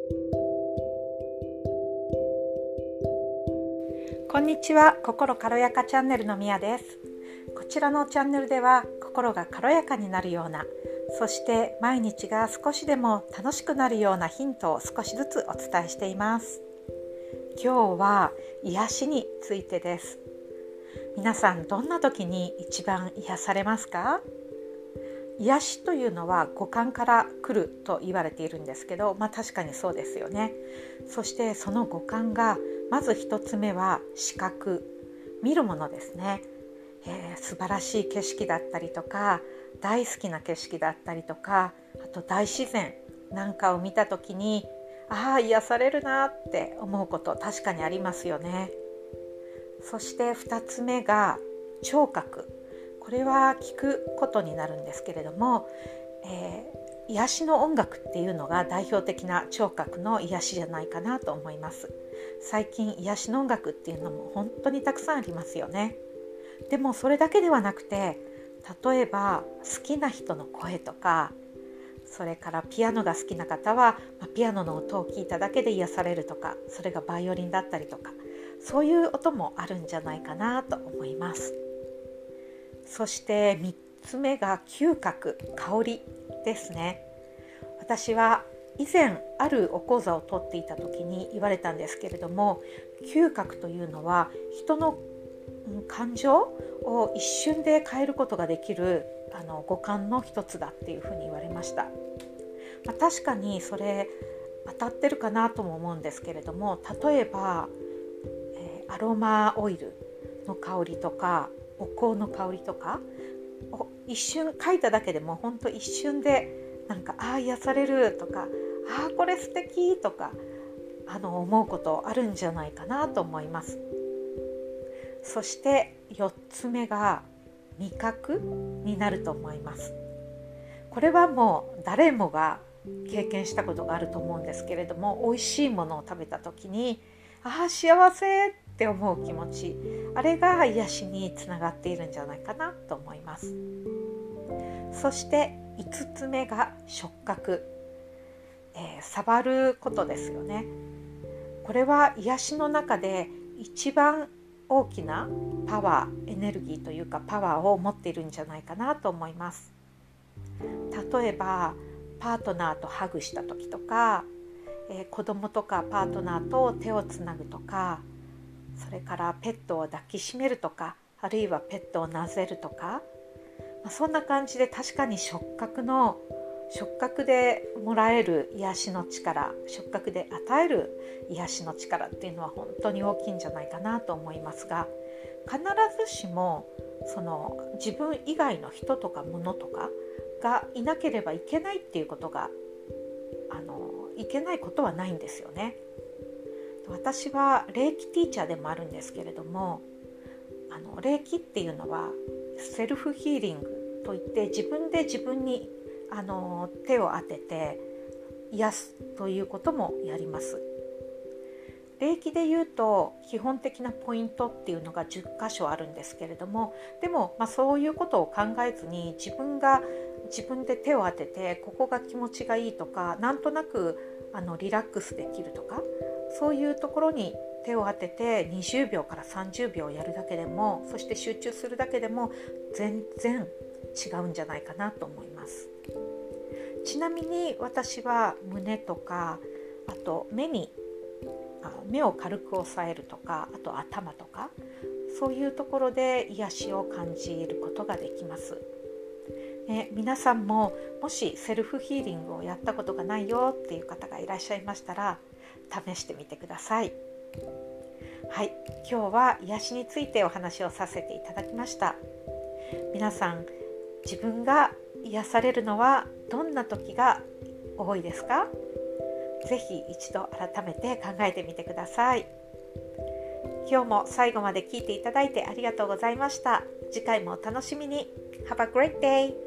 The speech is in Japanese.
こんにちは、心軽やかチャンネルのみやです。こちらのチャンネルでは心が軽やかになるような、そして毎日が少しでも楽しくなるようなヒントを少しずつお伝えしています。今日は癒しについてです。皆さんどんな時に一番癒されますか？癒しというのは五感から来ると言われているんですけど、確かにそうですよね。そしてその五感がまず一つ目は視覚、見るものですね。素晴らしい景色だったりとか、大好きな景色だったりとか、あと大自然なんかを見た時に癒されるなって思うこと確かにありますよね。そして二つ目が聴覚。これは聞くことになるんですけれども、癒しの音楽っていうのが代表的な聴覚の癒しじゃないかなと思います。最近癒しの音楽っていうのも本当にたくさんありますよね。でもそれだけではなくて、例えば好きな人の声とか、それからピアノが好きな方は、ピアノの音を聞いただけで癒されるとか、それがバイオリンだったりとか、そういう音もあるんじゃないかなと思います。そして3つ目が嗅覚、香りですね。私は以前あるお講座を取っていた時に言われたんですけれども、嗅覚というのは人の感情を一瞬で変えることができる五感の一つだっていうふうに言われました。確かにそれ当たってるかなとも思うんですけれども、例えば、アロマオイルの香りとかお香の香りとかを一瞬嗅いだだけでも本当一瞬で癒されるとか、これ素敵とか思うことあるんじゃないかなと思います。そして4つ目が味覚になると思います。これはもう誰もが経験したことがあると思うんですけれども、美味しいものを食べた時に幸せって思う気持ち、あれが癒しにつながっているんじゃないかなと思います。そして5つ目が触覚、触ることですよね。これは癒しの中で一番大きなパワー、エネルギーというかパワーを持っているんじゃないかなと思います。例えばパートナーとハグした時とか、子供とかパートナーと手をつなぐとか、それからペットを抱きしめるとか、あるいはペットを撫でるとか、そんな感じで確かに触覚でもらえる癒しの力、触覚で与える癒しの力っていうのは本当に大きいんじゃないかなと思いますが、必ずしもその自分以外の人とか物とかがいなければいけないっていうことがいけないことはないんですよね。私は霊気ティーチャーでもあるんですけれども、霊気っていうのはセルフヒーリングといって、自分で自分に手を当てて癒すということもやります。霊気でいうと基本的なポイントっていうのが10箇所あるんですけれども、でもそういうことを考えずに自分で手を当てて、ここが気持ちがいいとか、なんとなくリラックスできるとか、そういうところに手を当てて20秒から30秒やるだけでも、そして集中するだけでも全然違うんじゃないかなと思います。ちなみに私は胸とか、あと目を軽く押さえるとか、あと頭とか、そういうところで癒しを感じることができます。皆さんももしセルフヒーリングをやったことがないよっていう方がいらっしゃいましたら、試してみてください。はい、今日は癒しについてお話をさせていただきました。皆さん、自分が癒されるのはどんな時が多いですか？ぜひ一度改めて考えてみてください。今日も最後まで聞いていただいてありがとうございました。次回もお楽しみに。Have a great day!